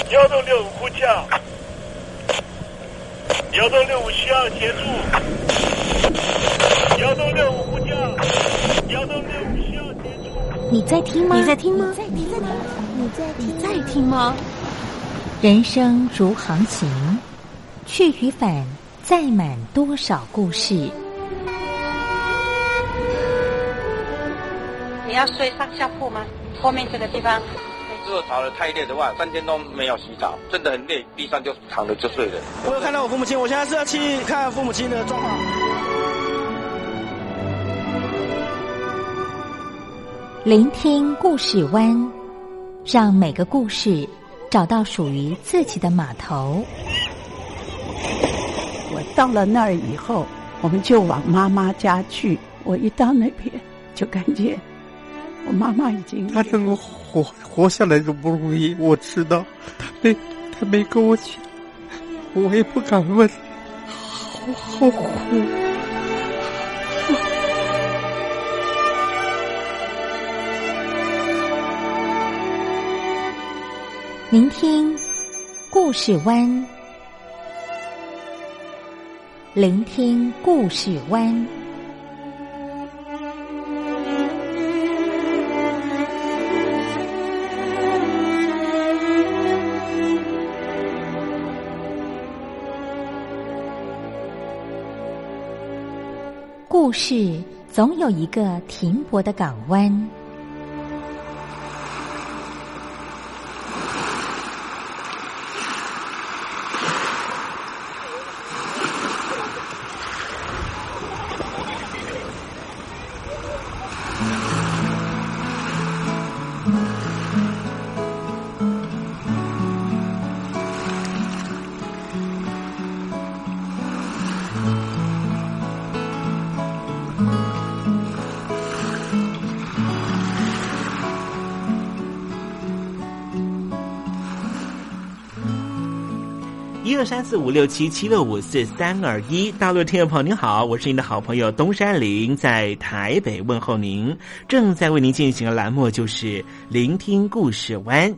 幺洞六五呼叫，幺洞六五需要协助，幺洞六五呼叫，幺洞六五需要协助。 你在听吗？ 你在听吗？ 你在听吗？ 人生如航行，去与返，载满多少故事。 你要睡上下铺吗？后面这个地方。 如果吵得太累的话，3天都没有洗澡，真的很累，地上就躺着就睡了。 我有看到我父母亲，我现在是要去看父母亲的状况。 聆听故事湾，让每个故事找到属于自己的码头。 我到了那儿以后，我们就往妈妈家去。我一到那边，就感觉我妈妈已经她能够活下来都不容易，我知道。她没跟我讲，我也不敢问，好苦。 聆听故事湾，聆听故事湾。故事总有一个停泊的港湾。 123456776543221，大陆的听众朋友您好，我是您的好朋友东山林，在台北问候您。正在为您进行的栏目就是聆听故事湾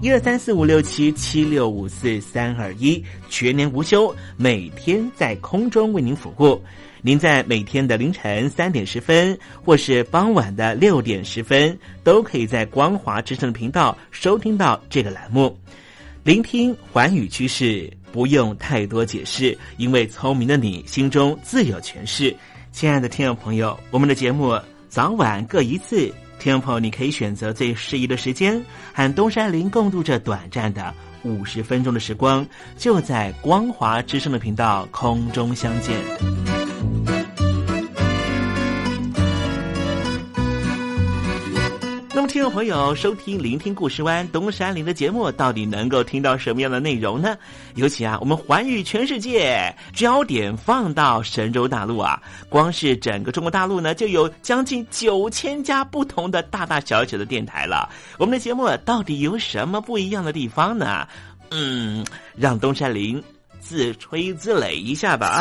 ，123456776543221，全年无休，每天在空中为您服务。您在每天的凌晨3点10分，或是傍晚的6点10分，都可以在光华之声的频道收听到这个栏目。聆听寰宇趋势，不用太多解释，因为聪明的你心中自有诠释。亲爱的听众朋友，我们的节目早晚各一次，听众朋友你可以选择最适宜的时间，和东山林共度这短暂的50分钟的时光，就在光华之声的频道空中相见。那么听众朋友收听聆听故事湾东山林的节目，到底能够听到什么样的内容呢？尤其我们寰宇全世界，焦点放到神州大陆光是整个中国大陆呢，就有将近9000家不同的大大小小的电台了。我们的节目到底有什么不一样的地方呢？让东山林自吹自擂一下吧。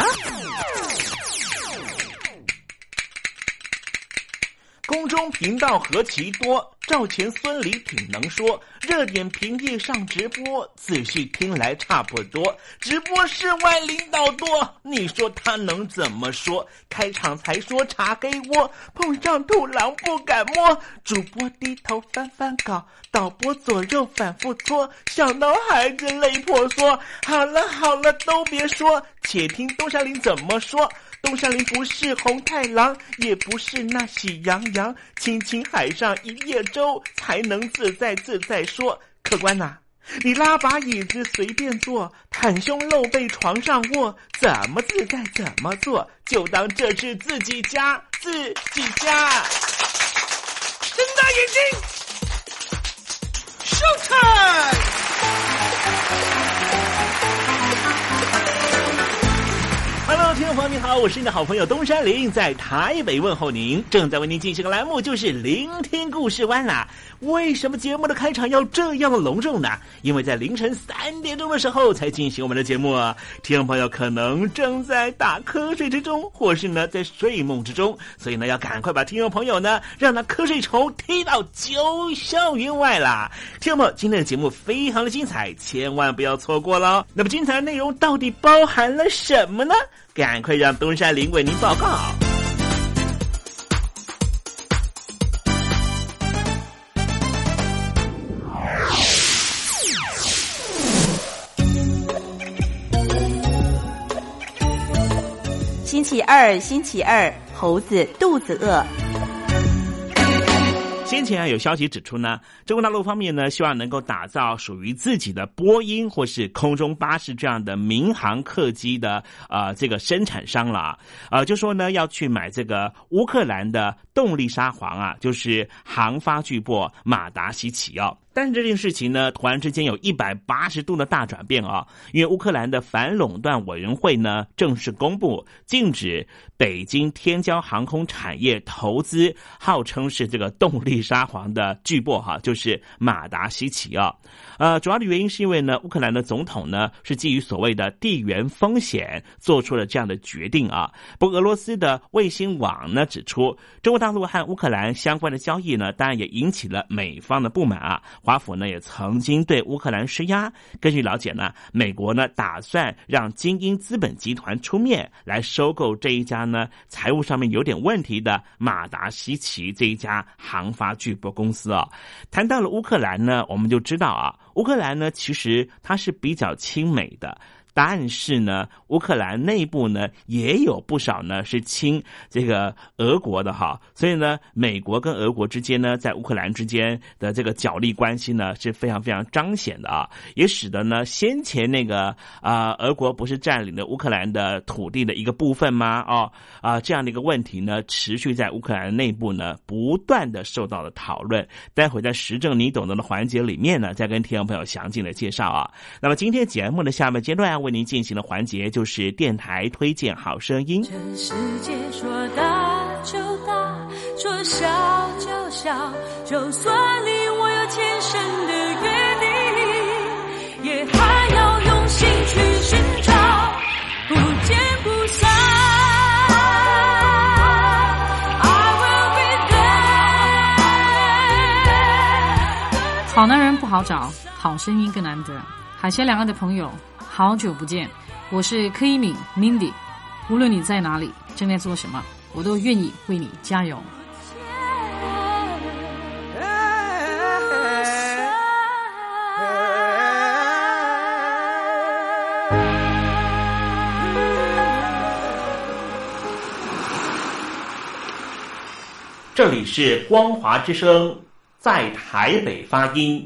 空中频道何其多，赵钱孙李挺能说，热点平地上直播，仔细听来差不多。直播室外领导多，你说他能怎么说？开场才说茶黑窝，碰上土狼不敢摸。主播低头翻翻稿，导播左右反复搓，想到孩子泪婆娑。好了好了，都别说，且听东山林怎么说。东山林不是红太狼，也不是那喜羊羊，亲亲海上一叶舟，才能自在自在说。客官你拉把椅子随便坐，袒胸露背床上卧，怎么自在怎么做，就当这是自己家，自己家。睁大眼睛 ，Showtime！Hello， 听众众朋友您好，我是你的好朋友东山林，在台北问候您。正在为您进行的栏目就是聆听故事湾啦。为什么节目的开场要这样的隆重呢？因为在凌晨3点钟的时候才进行我们的节目啊。听众朋友可能正在打瞌睡之中，或是呢在睡梦之中，所以呢要赶快把听众朋友呢让那瞌睡虫踢到九霄云外啦。听众朋友，今天的节目非常的精彩，千万不要错过了。那么精彩的内容到底包含了什么呢？赶快让东山林为您报告。 星期二，猴子肚子饿。 先前有消息指出呢，中国大陆方面呢希望能够打造属于自己的波音或是空中巴士这样的民航客机的这个生产商了就说呢要去买这个乌克兰的动力沙皇啊，就是航发巨擘马达西奇哦。但是这件事情呢，突然之间有180度的大转变啊！因为乌克兰的反垄断委员会呢，正式公布禁止北京天骄航空产业投资，号称是这个动力沙皇的巨擘哈，就是马达西奇啊。主要的原因是因为呢，乌克兰的总统呢是基于所谓的地缘风险做出了这样的决定啊。不过俄罗斯的卫星网呢指出，中国大陆和乌克兰相关的交易呢，当然也引起了美方的不满啊。华府呢也曾经对乌克兰施压。根据了解呢，美国呢打算让精英资本集团出面来收购这一家呢财务上面有点问题的马达西奇这一家航发巨擘公司啊。谈到了乌克兰呢，我们就知道啊，乌克兰呢其实它是比较亲美的。但是呢，乌克兰内部呢也有不少呢是亲这个俄国的哈，所以呢，美国跟俄国之间呢，在乌克兰之间的这个角力关系呢是非常非常彰显的啊，也使得呢先前那个俄国不是占领了乌克兰的土地的一个部分吗？这样的一个问题呢，持续在乌克兰内部呢不断的受到了讨论。待会在时政你懂得的环节里面呢，再跟听众朋友详尽的介绍啊。那么今天节目的下半阶段为您进行的环节就是电台推荐好声音。 这世界说大就大，说小就小，就算离我有千山的约定，也还要用心去寻找，不见不散。 好男人不好找，好声音更难得。海峡两岸的朋友，好久不见，我是柯一敏 Mindy。无论你在哪里，正在做什么，我都愿意为你加油。 这里是光华之声，在台北发音。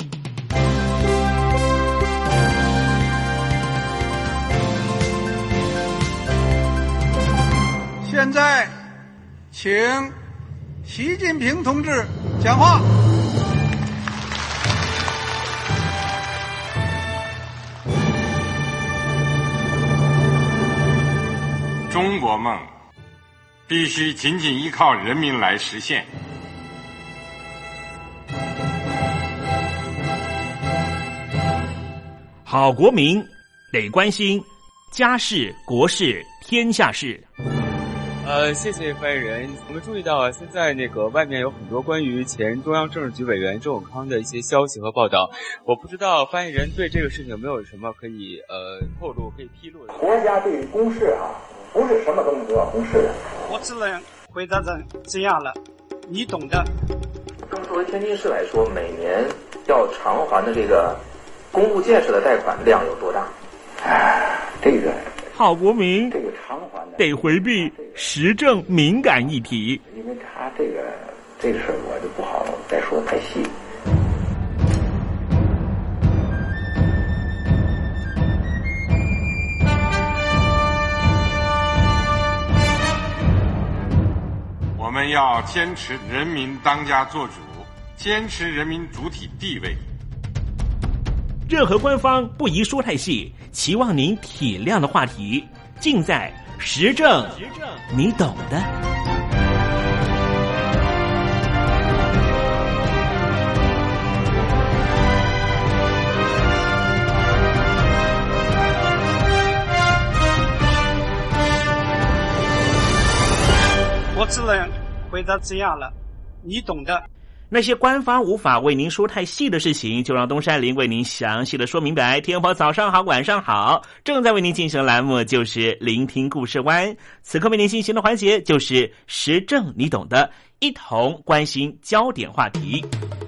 现在，请习近平同志讲话。 中国梦必须紧紧依靠人民来实现。 好国民得关心家事、国事、天下事。 谢谢发言人。我们注意到现在外面有很多关于前中央政治局委员周永康的一些消息和报道。我不知道发言人对这个事情有没有什么可以透露、可以披露的。 国家对于公事不是什么东西都要公示的。 我只能回答成这样了，你懂的。 作为天津市来说，每年要偿还的这个公路建设的贷款量有多大？这个好国民这个偿还的得回避时政敏感议题， 因为他这个事我就不好再说太细。 我们要坚持人民当家作主，坚持人民主体地位。 任何官方不宜说太细，期望您体谅的话题，尽在时政，你懂的。 我只能回答这样了，你懂的。 那些官方无法为您说太细的事情，就让东山林为您详细的说明白。天婆早上好，晚上好，正在为您进行的栏目就是聆听故事湾，此刻为您进行的环节就是时政你懂的，一同关心焦点话题。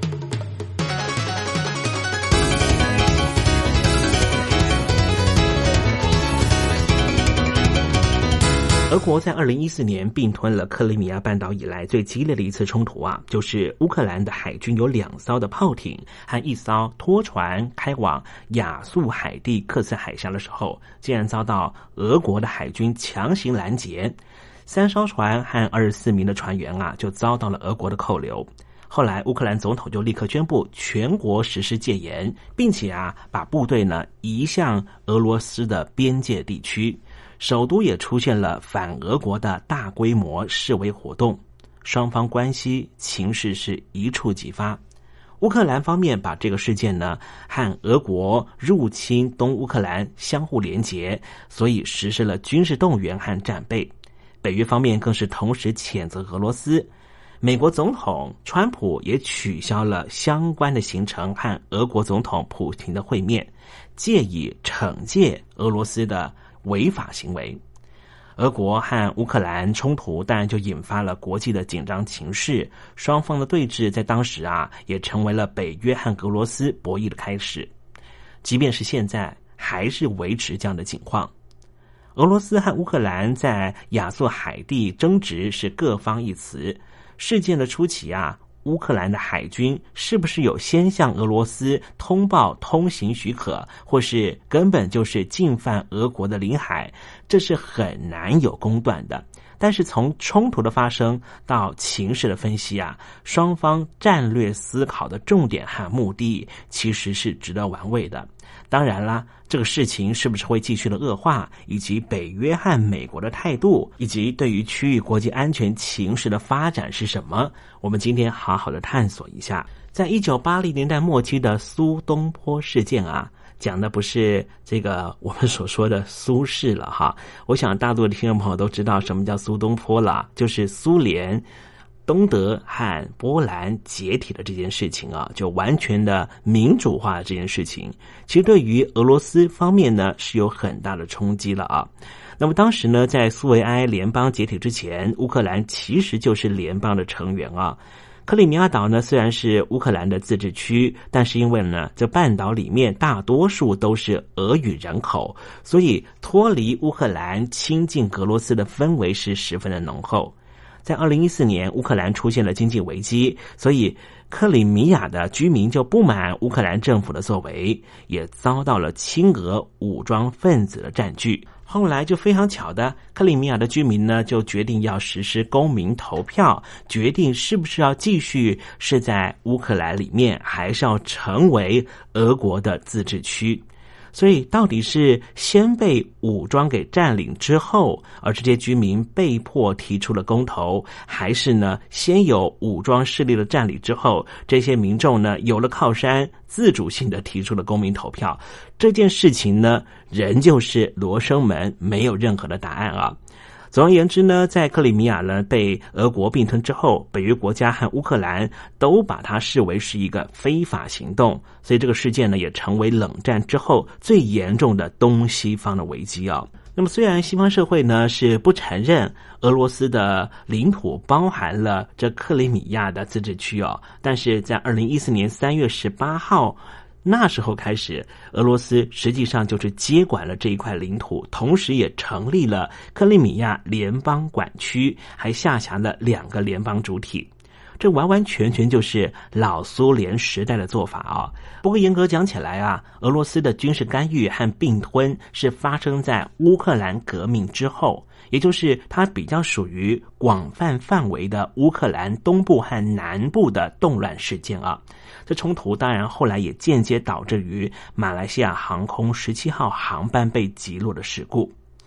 俄国在2014年并吞了克里米亚半岛以来最激烈的一次冲突啊，就是乌克兰的海军有2艘的炮艇和1艘拖船开往亚速海地克斯海峡的时候，竟然遭到俄国的海军强行拦截，3艘船和24名的船员啊就遭到了俄国的扣留。后来乌克兰总统就立刻宣布全国实施戒严，并且把部队呢移向俄罗斯的边界地区，首都也出现了反俄国的大规模示威活动，双方关系情势是一触即发。乌克兰方面把这个事件呢和俄国入侵东乌克兰相互连结，所以实施了军事动员和战备。北约方面更是同时谴责俄罗斯，美国总统川普也取消了相关的行程和俄国总统普京的会面，借以惩戒俄罗斯的违法行为。俄国和乌克兰冲突当然就引发了国际的紧张情势，双方的对峙在当时也成为了北约和俄罗斯博弈的开始。即便是现在还是维持这样的情况。俄罗斯和乌克兰在亚速海地争执是各方一词。事件的初期乌克兰的海军是不是有先向俄罗斯通报通行许可，或是根本就是进犯俄国的领海，这是很难有公断的。但是从冲突的发生到情势的分析双方战略思考的重点和目的其实是值得玩味的。当然啦，这个事情是不是会继续的恶化，以及北约和美国的态度，以及对于区域国际安全情势的发展是什么，我们今天好好的探索一下。在1980年代末期的苏东坡事件讲的不是这个我们所说的苏轼了哈。我想大多的听众朋友都知道什么叫苏东坡了，就是苏联东德和波兰解体的这件事情就完全的民主化的这件事情，其实对于俄罗斯方面呢是有很大的冲击了那么当时呢，在苏维埃联邦解体之前，乌克兰其实就是联邦的成员克里米亚岛呢虽然是乌克兰的自治区，但是因为呢这半岛里面大多数都是俄语人口，所以脱离乌克兰亲近俄罗斯的氛围是十分的浓厚。在2014年乌克兰出现了经济危机，所以克里米亚的居民就不满乌克兰政府的作为，也遭到了亲俄武装分子的占据。后来就非常巧的，克里米亚的居民呢就决定要实施公民投票，决定是不是要继续是在乌克兰里面，还是要成为俄国的自治区。所以到底是先被武装给占领之后，而这些居民被迫提出了公投，还是呢先有武装势力的占领之后，这些民众呢有了靠山，自主性的提出了公民投票？这件事情呢仍旧是罗生门，没有任何的答案总而言之呢，在克里米亚呢被俄国并吞之后，北约国家和乌克兰都把它视为是一个非法行动，所以这个事件呢也成为冷战之后最严重的东西方的危机那么虽然西方社会呢是不承认俄罗斯的领土包含了这克里米亚的自治区但是在2014年3月18号那时候开始，俄罗斯实际上就是接管了这一块领土，同时也成立了克里米亚联邦管区，还下辖了2个联邦主体。这完完全全就是老苏联时代的做法不过严格讲起来俄罗斯的军事干预和并吞是发生在乌克兰革命之后，也就是它比较属于广泛范围的乌克兰东部和南部的动乱事件这冲突当然后来也间接导致于马来西亚航空17号航班被击落的事故。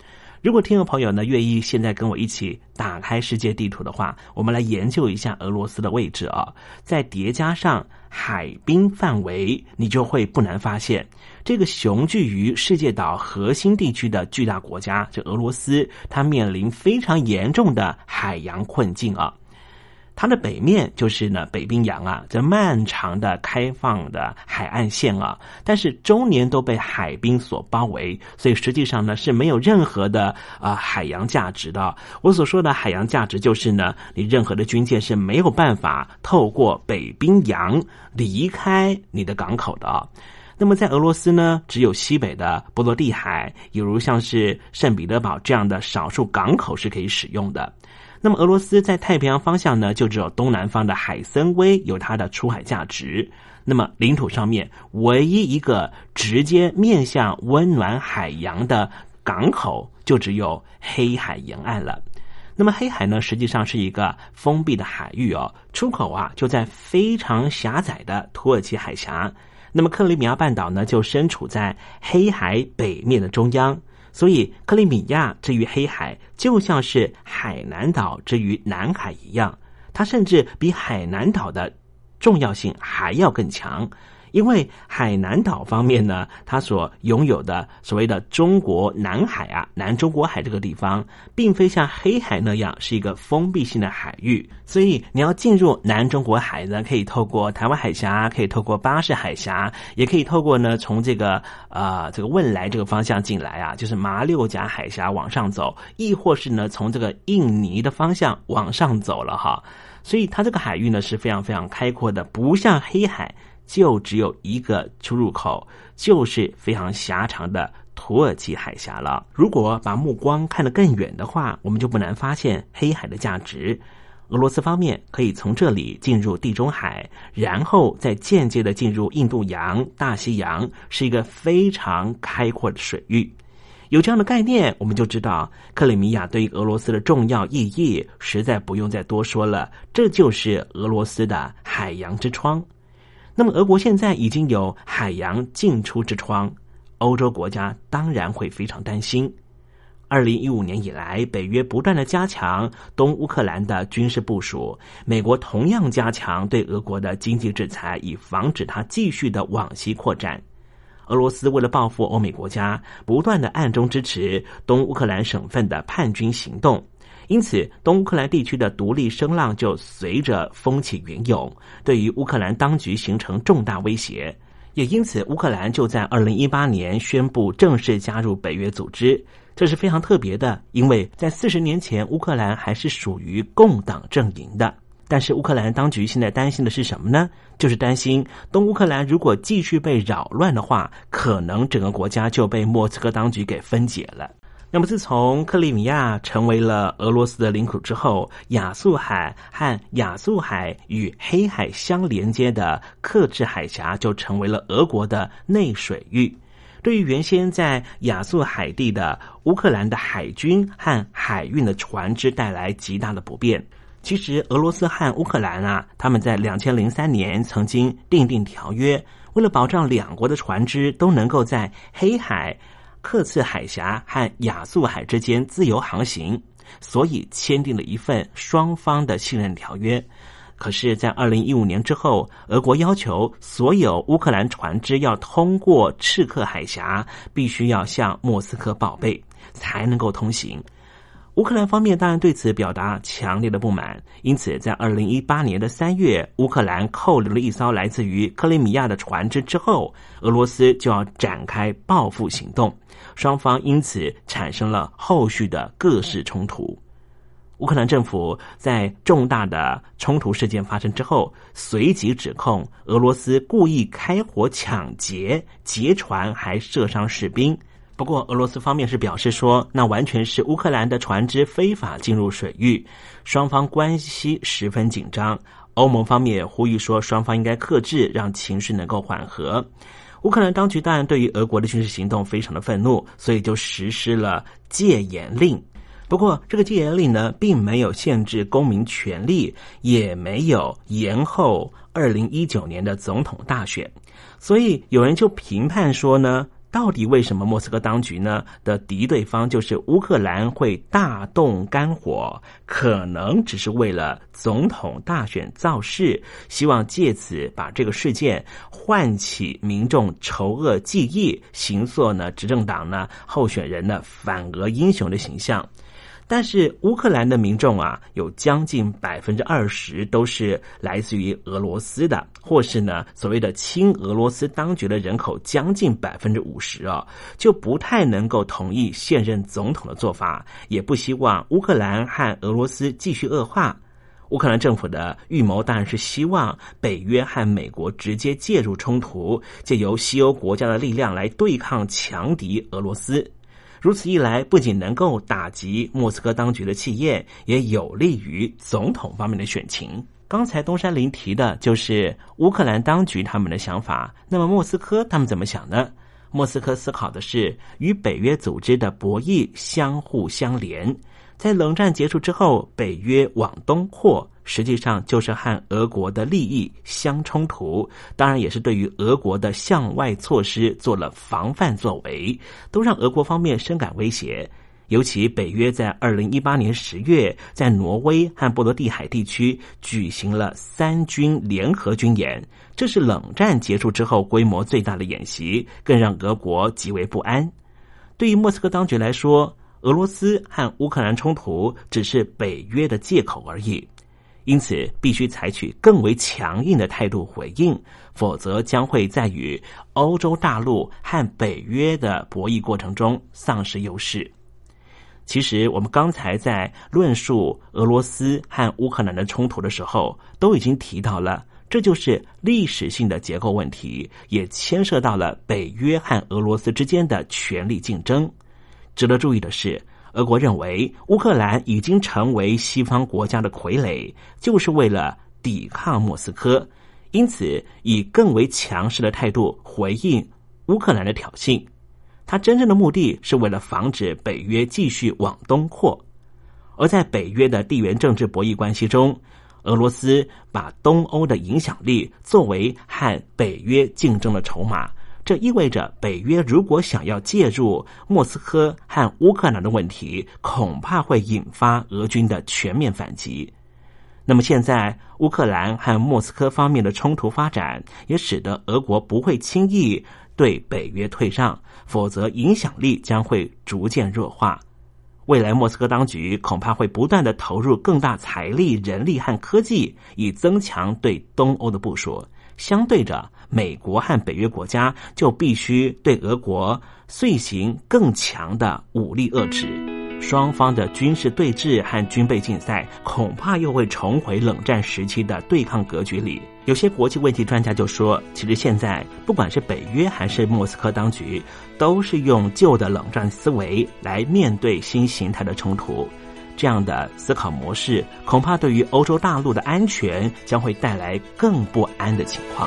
如果听众朋友呢愿意现在跟我一起打开世界地图的话，我们来研究一下俄罗斯的位置啊。再叠加上海滨范围，你就会不难发现，这个雄踞于世界岛核心地区的巨大国家，这俄罗斯，它面临非常严重的海洋困境啊。它的北面就是呢北冰洋啊，这漫长的开放的海岸线啊，但是终年都被海冰所包围，所以实际上呢是没有任何的海洋价值的。我所说的海洋价值就是呢，你任何的军舰是没有办法透过北冰洋离开你的港口的啊。那么在俄罗斯呢，只有西北的波罗的海，有如像是圣彼得堡这样的少数港口是可以使用的。那么俄罗斯在太平洋方向呢，就只有东南方的海参崴有它的出海价值。那么领土上面唯一一个直接面向温暖海洋的港口，就只有黑海沿岸了。那么黑海呢，实际上是一个封闭的海域哦，出口啊就在非常狭窄的土耳其海峡。那么克里米亚半岛呢，就身处在黑海北面的中央。所以克里米亚之于黑海，就像是海南岛之于南海一样，它甚至比海南岛的重要性还要更强。因为海南岛方面呢，它所拥有的所谓的中国南海啊，南中国海这个地方，并非像黑海那样是一个封闭性的海域，所以你要进入南中国海呢，可以透过台湾海峡，可以透过巴士海峡，也可以透过呢从这个汶莱这个方向进来啊，就是马六甲海峡往上走，亦或是呢从这个印尼的方向往上走了哈。所以它这个海域呢是非常非常开阔的，不像黑海就只有一个出入口，就是非常狭长的土耳其海峡了。如果把目光看得更远的话，我们就不难发现黑海的价值。俄罗斯方面可以从这里进入地中海，然后再间接的进入印度洋、大西洋，是一个非常开阔的水域。有这样的概念，我们就知道克里米亚对于俄罗斯的重要意义，实在不用再多说了，这就是俄罗斯的海洋之窗。那么俄国现在已经有海洋进出之窗，欧洲国家当然会非常担心。2015年以来，北约不断的加强东乌克兰的军事部署，美国同样加强对俄国的经济制裁，以防止它继续的往西扩展。俄罗斯为了报复欧美国家，不断的暗中支持东乌克兰省份的叛军行动，因此东乌克兰地区的独立声浪就随着风起云涌，对于乌克兰当局形成重大威胁。也因此乌克兰就在2018年宣布正式加入北约组织，这是非常特别的，因为在40年前乌克兰还是属于共党阵营的。但是乌克兰当局现在担心的是什么呢？就是担心东乌克兰如果继续被扰乱的话，可能整个国家就被莫斯科当局给分解了。那么自从克里米亚成为了俄罗斯的领土之后，亚速海和亚速海与黑海相连接的克制海峡就成为了俄国的内水域，对于原先在亚速海地的乌克兰的海军和海运的船只带来极大的不便。其实俄罗斯和乌克兰啊，他们在2003年曾经订定条约，为了保障两国的船只都能够在黑海、克次海峡和亚速海之间自由航行，所以签订了一份双方的信任条约。可是在2015年之后，俄国要求所有乌克兰船只要通过赤克海峡，必须要向莫斯科报备，才能够通行。乌克兰方面当然对此表达强烈的不满，因此在2018年的3月，乌克兰扣留了一艘来自于克里米亚的船只之后，俄罗斯就要展开报复行动，双方因此产生了后续的各式冲突。乌克兰政府在重大的冲突事件发生之后，随即指控俄罗斯故意开火抢劫、劫船还射伤士兵。不过俄罗斯方面是表示说，那完全是乌克兰的船只非法进入水域，双方关系十分紧张。欧盟方面也呼吁说，双方应该克制，让情绪能够缓和。乌克兰当局当然对于俄国的军事行动非常的愤怒，所以就实施了戒严令。不过这个戒严令呢，并没有限制公民权利，也没有延后2019年的总统大选，所以有人就评判说呢， 到底为什么莫斯科当局呢的敌对方就是乌克兰会大动肝火？可能只是为了总统大选造势，希望借此把这个事件唤起民众仇恶记忆，形塑呢执政党呢候选人呢反俄英雄的形象。但是乌克兰的民众啊，有将近20%都是来自于俄罗斯的，或是呢所谓的亲俄罗斯当局的人口将近50%哦，就不太能够同意现任总统的做法，也不希望乌克兰和俄罗斯继续恶化。乌克兰政府的预谋当然是希望北约和美国直接介入冲突，借由西欧国家的力量来对抗强敌俄罗斯。如此一来，不仅能够打击莫斯科当局的气焰，也有利于总统方面的选情。刚才东山林提的就是乌克兰当局他们的想法，那么莫斯科他们怎么想呢？莫斯科思考的是与北约组织的博弈相互相连。在冷战结束之后，北约往东扩，实际上就是和俄国的利益相冲突，当然也是对于俄国的向外措施做了防范作为，都让俄国方面深感威胁。尤其北约在2018年10月在挪威和波罗的海地区举行了3军联合军演，这是冷战结束之后规模最大的演习，更让俄国极为不安。对于莫斯科当局来说，俄罗斯和乌克兰冲突只是北约的借口而已，因此必须采取更为强硬的态度回应，否则将会在与欧洲大陆和北约的博弈过程中丧失优势。其实我们刚才在论述俄罗斯和乌克兰的冲突的时候，都已经提到了，这就是历史性的结构问题，也牵涉到了北约和俄罗斯之间的权力竞争。值得注意的是，俄国认为乌克兰已经成为西方国家的傀儡，就是为了抵抗莫斯科，因此以更为强势的态度回应乌克兰的挑衅。他真正的目的是为了防止北约继续往东扩。而在北约的地缘政治博弈关系中，俄罗斯把东欧的影响力作为和北约竞争的筹码，这意味着北约如果想要介入莫斯科和乌克兰的问题，恐怕会引发俄军的全面反击。那么现在乌克兰和莫斯科方面的冲突发展，也使得俄国不会轻易对北约退让，否则影响力将会逐渐弱化。未来莫斯科当局恐怕会不断的投入更大财力、人力和科技，以增强对东欧的部署。相对着，美国和北约国家就必须对俄国遂行更强的武力遏制。双方的军事对峙和军备竞赛，恐怕又会重回冷战时期的对抗格局里。有些国际问题专家就说，其实现在不管是北约还是莫斯科当局，都是用旧的冷战思维来面对新形态的冲突。这样的思考模式，恐怕对于欧洲大陆的安全将会带来更不安的情况。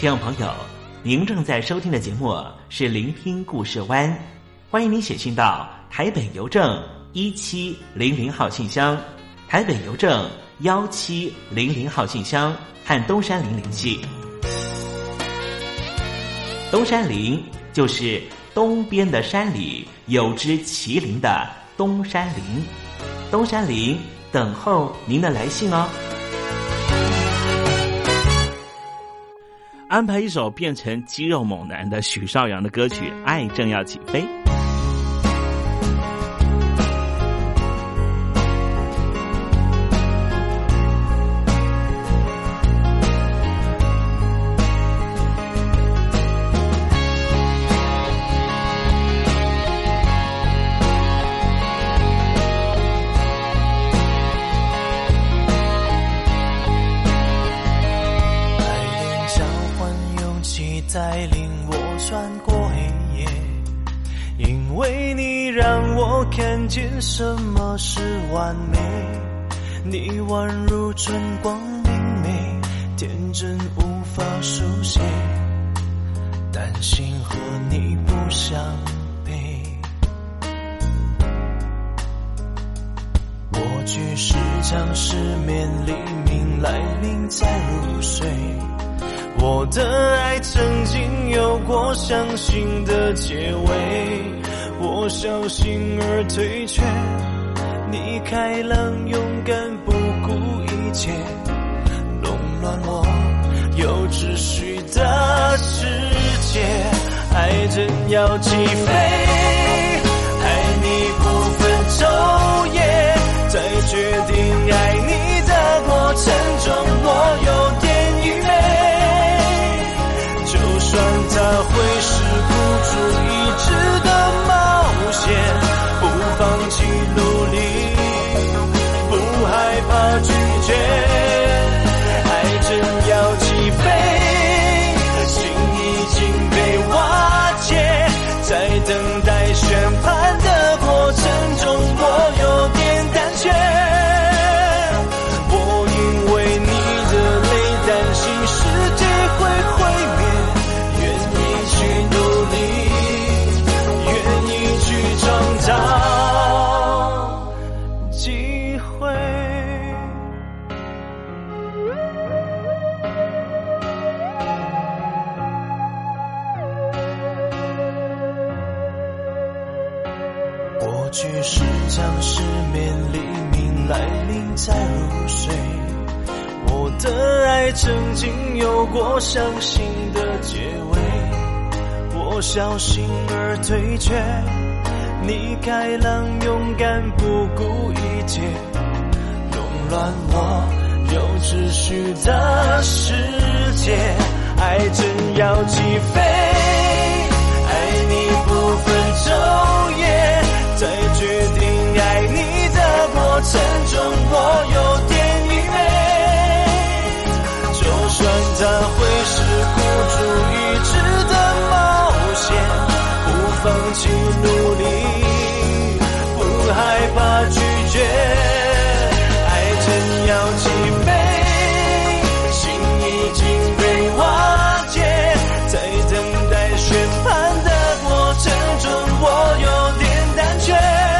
听众朋友，您正在收听的节目是聆听故事湾，欢迎您写信到台北邮政1700号信箱，台北邮政1700号信箱，和东山林联系。东山林就是东边的山里有只麒麟的东山林，东山林等候您的来信哦。安排一首变成肌肉猛男的许绍洋的歌曲《爱正要起飞》。 带领我穿过黑夜，因为你让我看见什么是完美，你宛如春光明媚，天真无法书写，担心和你不相配。过去时常失眠，黎明来临才入睡，我的爱曾经有过伤心的结尾，我小心而退却，你开朗勇敢不顾一切，弄乱我有秩序的世界。爱正要起飞，爱你不分昼夜，在决定爱你的过程中我有点愚昧，就算它会是孤注一掷的冒险，不放弃努力，不害怕拒绝。爱正要起飞，心已经被瓦解，在等待宣判的过程中我有点胆怯，我因为你的泪担心世界会毁灭，愿意去努力，愿意去创造机会。过去时常失眠，黎明来临才入睡，我的爱曾经有过伤心的结尾，我小心而退却，你开朗勇敢不顾一切，弄乱我有秩序的世界。爱正要起飞，爱你不分昼夜，在决定爱你的过程中我有点愚昧，就算它会是孤注一掷的冒险，不放弃努力，不害怕拒绝。爱正要起飞，心已经被瓦解，在等待宣判的过程中我有点胆怯，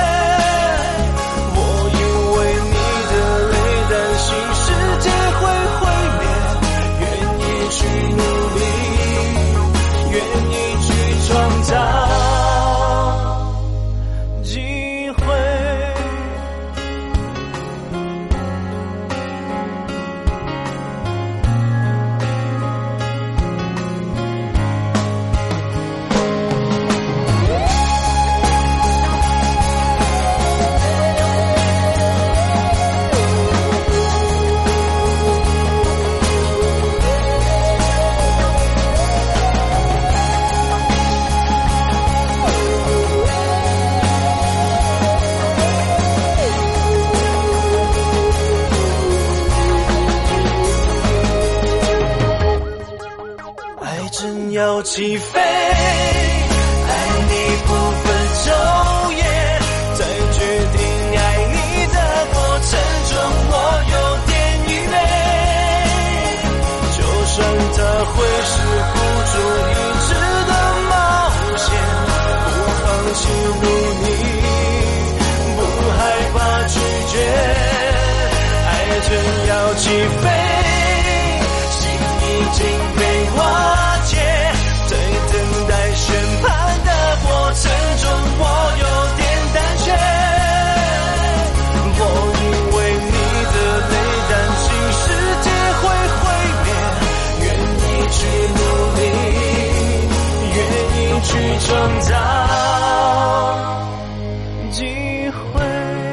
我因为你的泪担心世界会毁灭，愿意去努力，愿意去创造机会。爱正要起飞，爱你不分昼夜，在决定爱你的过程中我有点愚昧，就算它会是起飞，心已经被瓦解，在等待宣判的过程中，我有点胆怯。我因为你的泪担心世界会毁灭，愿意去努力，愿意去创造机会。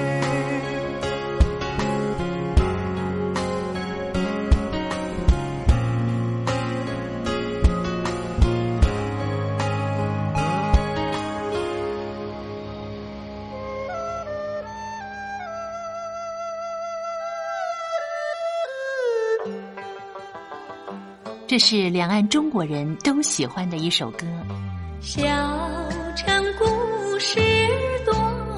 这是两岸中国人都喜欢的一首歌。 小城故事多，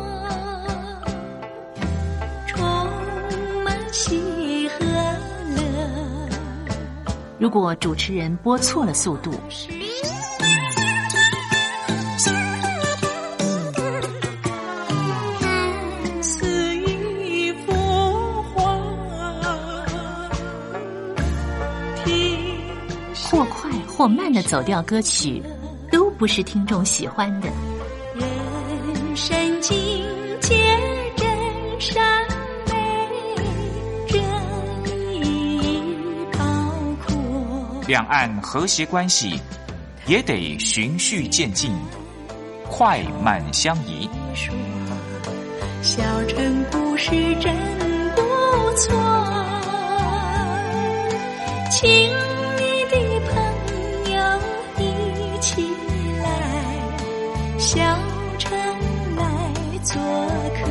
充满喜和乐。 如果主持人播错了速度， 似一幅画， 或快或慢的走调歌曲，都不是听众喜欢的。 人生境界真善美，正义高阔。 两岸和谐关系也得循序渐进，快慢相宜。 小城故事真不错，请你的朋友一起来小城来做客。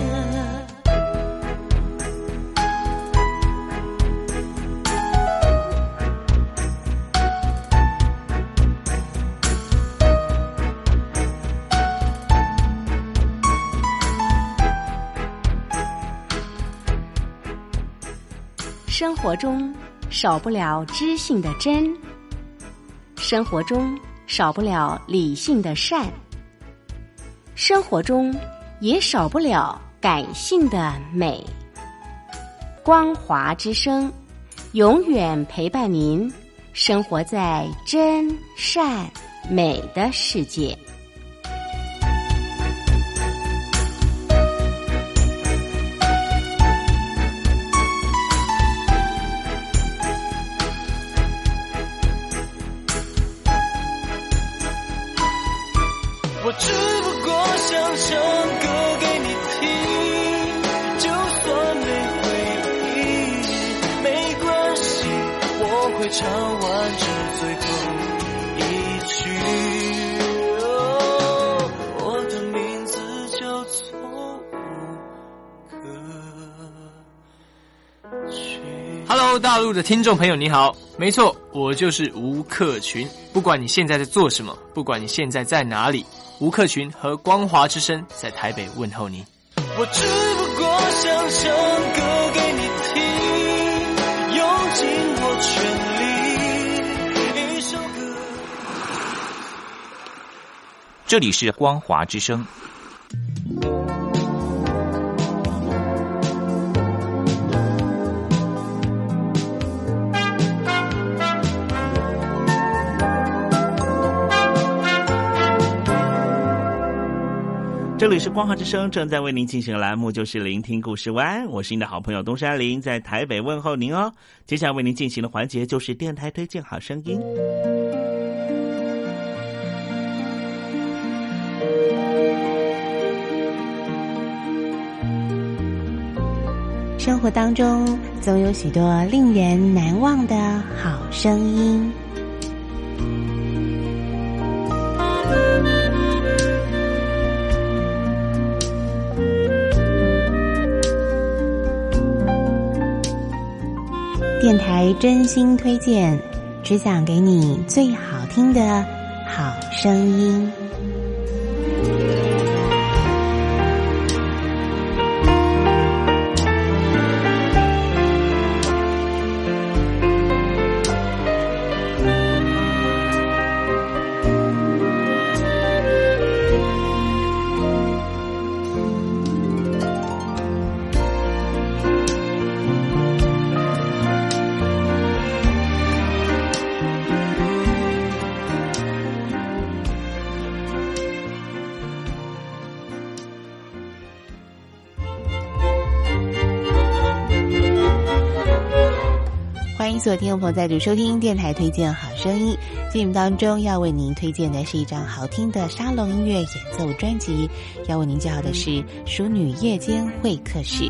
生活中少不了知性的真，生活中少不了理性的善，生活中也少不了感性的美。光华之声永远陪伴您生活在真善美的世界。 我只不过想唱歌给你听，就算没回应没关系，我会唱完这最后一句。我的名字叫做吴克群。 Hello， 大陆的听众朋友你好，没错，我就是吴克群。不管你现在在做什么，不管你现在在哪里，吴克群和光华之声在台北问候你。 我只不过想唱歌给你听，用尽我全力，一首歌。 这里是光华之声。 这里是光华之声，正在为您进行的栏目就是聆听故事湾，我是您的好朋友东山林，在台北问候您哦。接下来为您进行的环节就是电台推荐好声音。 生活当中总有许多令人难忘的好声音。电台真心推荐，只想给你最好听的好声音。 欢迎所有听众朋友再度收听电台推荐好声音。节目当中要为您推荐的是一张好听的沙龙音乐演奏专辑，要为您介绍的是《淑女夜间会客室》。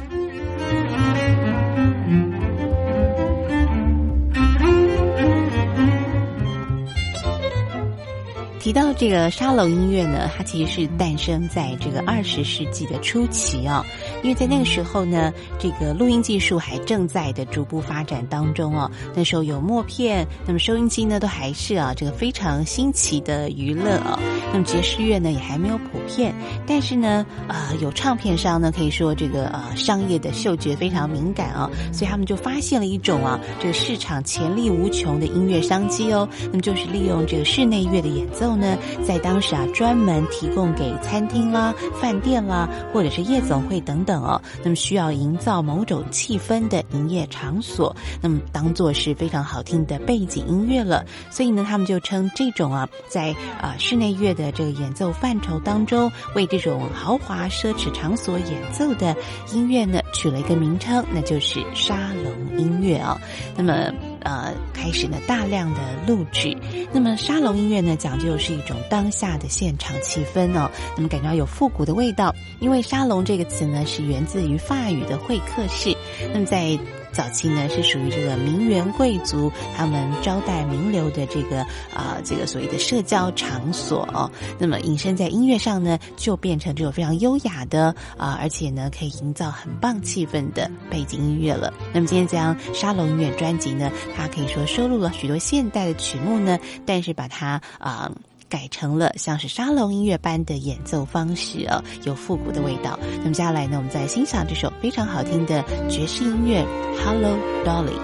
提到这个沙龙音乐呢，它其实是诞生在这个20世纪的初期啊，因为在那个时候呢，这个录音技术还正在的逐步发展当中哦。那时候有默片，那么收音机呢都还是这个非常新奇的娱乐啊。那么爵士乐呢也还没有普遍，但是呢有唱片商呢可以说这个商业的嗅觉非常敏感啊，所以他们就发现了一种这个市场潜力无穷的音乐商机哦。那么就是利用这个室内乐的演奏呢，在当时专门提供给餐厅啦、饭店啦，或者是夜总会等等哦。那么需要营造某种气氛的营业场所，那么当作是非常好听的背景音乐了。所以呢，他们就称这种在室内乐的这个演奏范畴当中，为这种豪华奢侈场所演奏的音乐呢，取了一个名称，那就是沙龙音乐哦。那么开始呢大量的录制。那么沙龙音乐呢，讲究是一种当下的现场气氛哦，那么感觉到有复古的味道。因为沙龙这个词呢，是源自于法语的会客室，那么在早期呢是属于这个名媛贵族他们招待名流的这个所谓的社交场所哦。那么引申在音乐上呢，就变成这种非常优雅的而且呢可以营造很棒气氛的背景音乐了。那么今天这张沙龙音乐专辑呢，它可以说收录了许多现代的曲目呢，但是把它改成了像是沙龙音乐般的演奏方式有复古的味道。那么接下来呢，我们再欣赏这首非常好听的爵士音乐 Hello Dolly。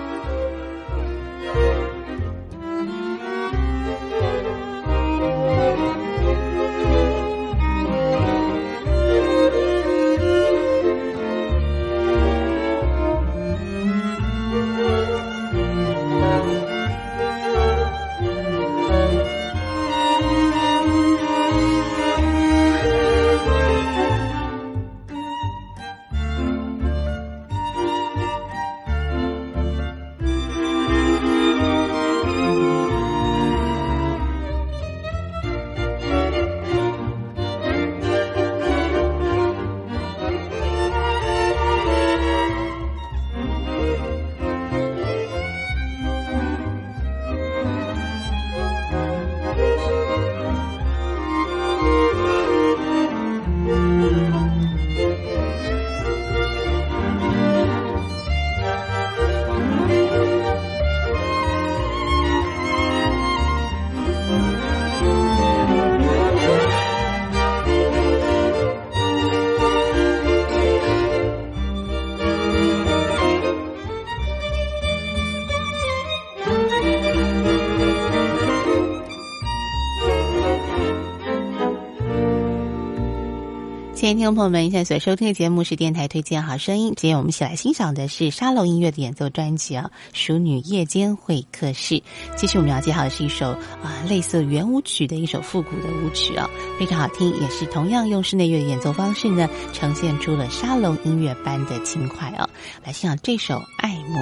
亲爱的听众朋友们，现在所收听的节目是电台推荐好声音。今天我们一起来欣赏的是沙龙音乐的演奏专辑淑女夜间会客室。继续我们要介绍的是一首类似圆舞曲的一首复古的舞曲非常好听，也是同样用室内乐的演奏方式呢，呈现出了沙龙音乐般的轻快来欣赏这首《爱慕》。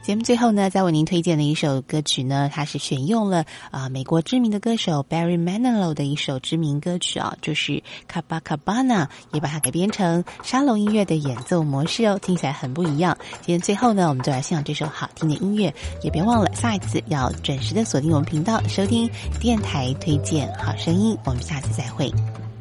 节目最后呢，再为您推荐的一首歌曲呢，它是选用了美国知名的歌手 Barry Manilow 的一首知名歌曲就是 Copacabana， 也把它改编成沙龙音乐的演奏模式听起来很不一样。今天最后呢，我们就来欣赏这首好听的音乐，也别忘了下一次要准时的锁定我们频道，收听电台推荐好声音。我们下次再会。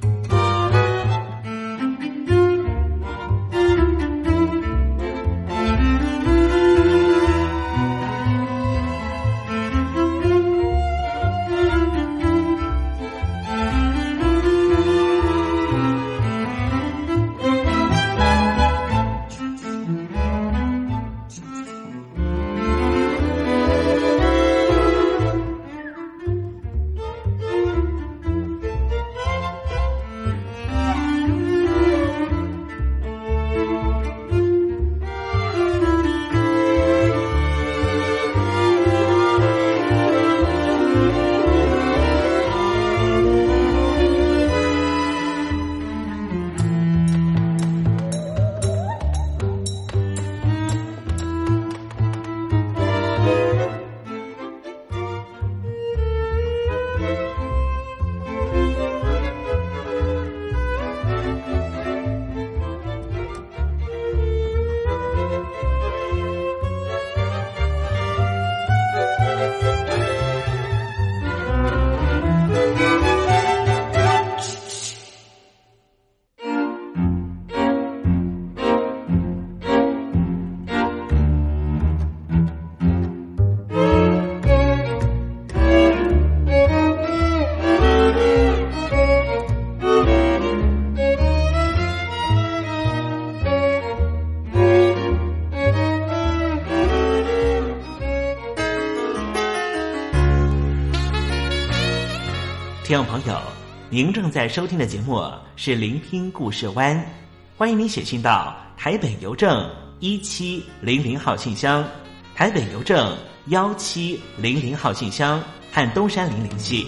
听众朋友，您正在收听的节目是聆听故事湾，欢迎您写信到台北邮政1700号信箱，台北邮政1700号信箱和东山林联系。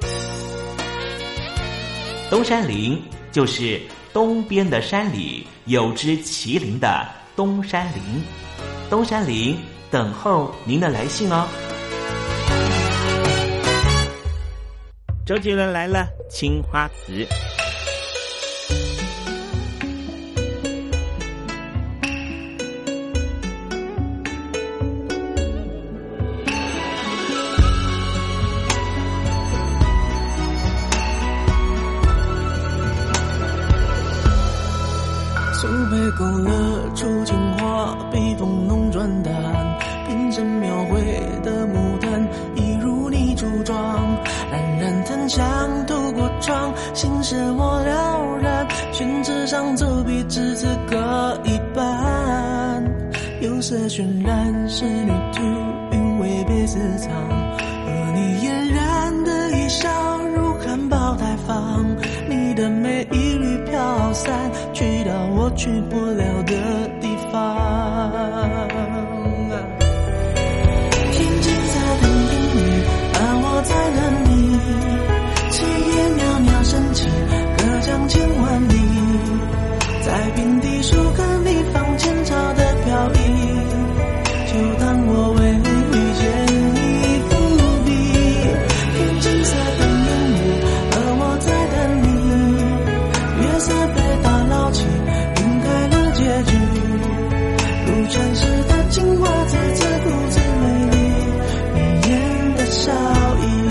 东山林就是东边的山里有只麒麟的东山林，东山林等候您的来信哦。周杰伦来了，青花瓷。 苏北勾勒出情话，笔锋浓转淡，平生描绘的牡丹，一如你柱状。冉冉檀香透过窗，心事我了然，宣纸上走笔只字各一半。有色渲染仕女图，韵味被私藏，而你嫣然的一笑如含苞待放，你的美一缕飘散，去到我去不了的地方。天青色等烟雨，而我在等你，炊烟袅袅升起，隔江千万里，在平地树根里放前朝的飘逸，就当我为遇见你伏笔。天青色等烟雨，而我在等你，月色被打捞起，晕开了结局，如传世的青花瓷，自顾自美丽，眉眼的笑意。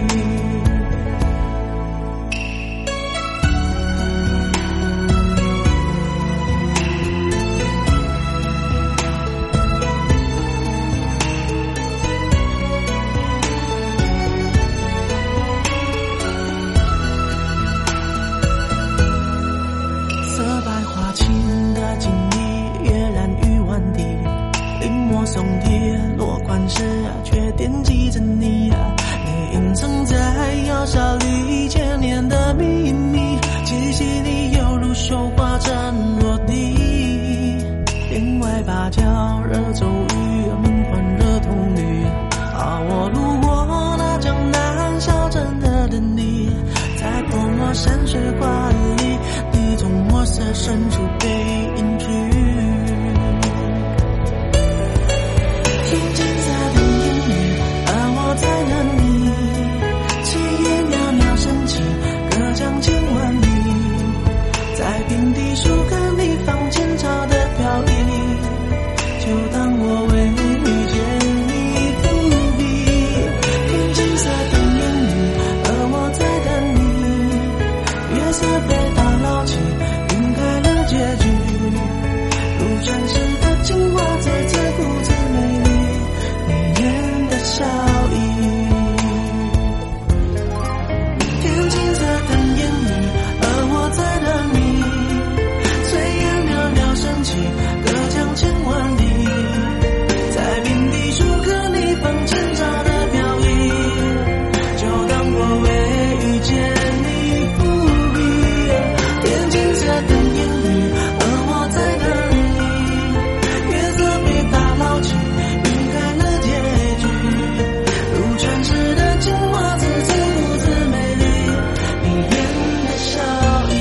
松铁落款时却惦记着你你隐藏在窑烧里千年的秘密，气息里犹如绣花针落地，帘外芭蕉惹骤雨，门环惹铜绿，我路过那江南小镇的等你，在泼墨山水画里，你从墨色深处被隐去。 色被打捞起，晕开了结局。如传世的情话，在自顾自美丽，你眼的笑意。天青色等烟雨，而我在等你。炊烟袅袅升起，隔江千万里。在平地树刻你放前朝的飘逸，就当我为遇见你伏笔。天青色等烟雨，而我在等你。月色被打捞起，晕开了结局。如传世的情话，自顾自美丽，你眼的笑意。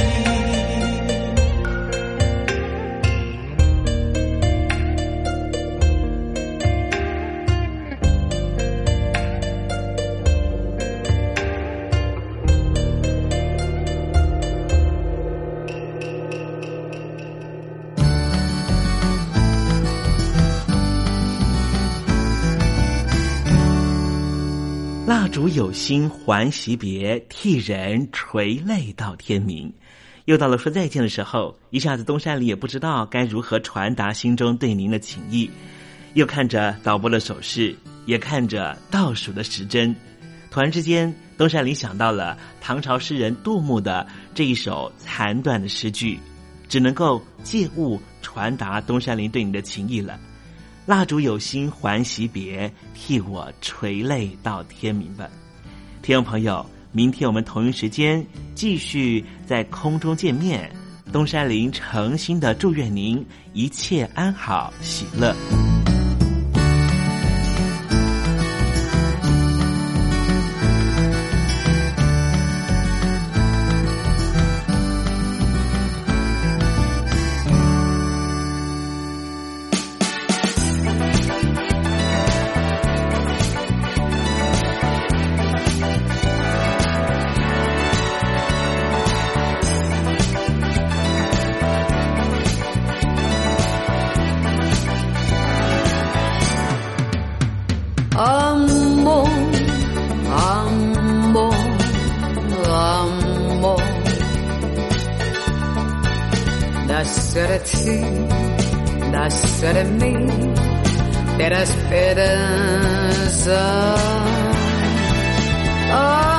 蜡烛有心还惜别，替人垂泪到天明。又到了说再见的时候，一下子东山里也不知道该如何传达心中对您的情意。又看着导播的手势，也看着倒数的时针，突然之间，东山里想到了唐朝诗人杜牧的这一首残短的诗句，只能够借物传达东山林对你的情意了。蜡烛有心还惜别，替我垂泪到天明吧。听众朋友，明天我们同一时间继续在空中见面。东山林诚心的祝愿您一切安好喜乐。 Nascere en mí de la esperanza.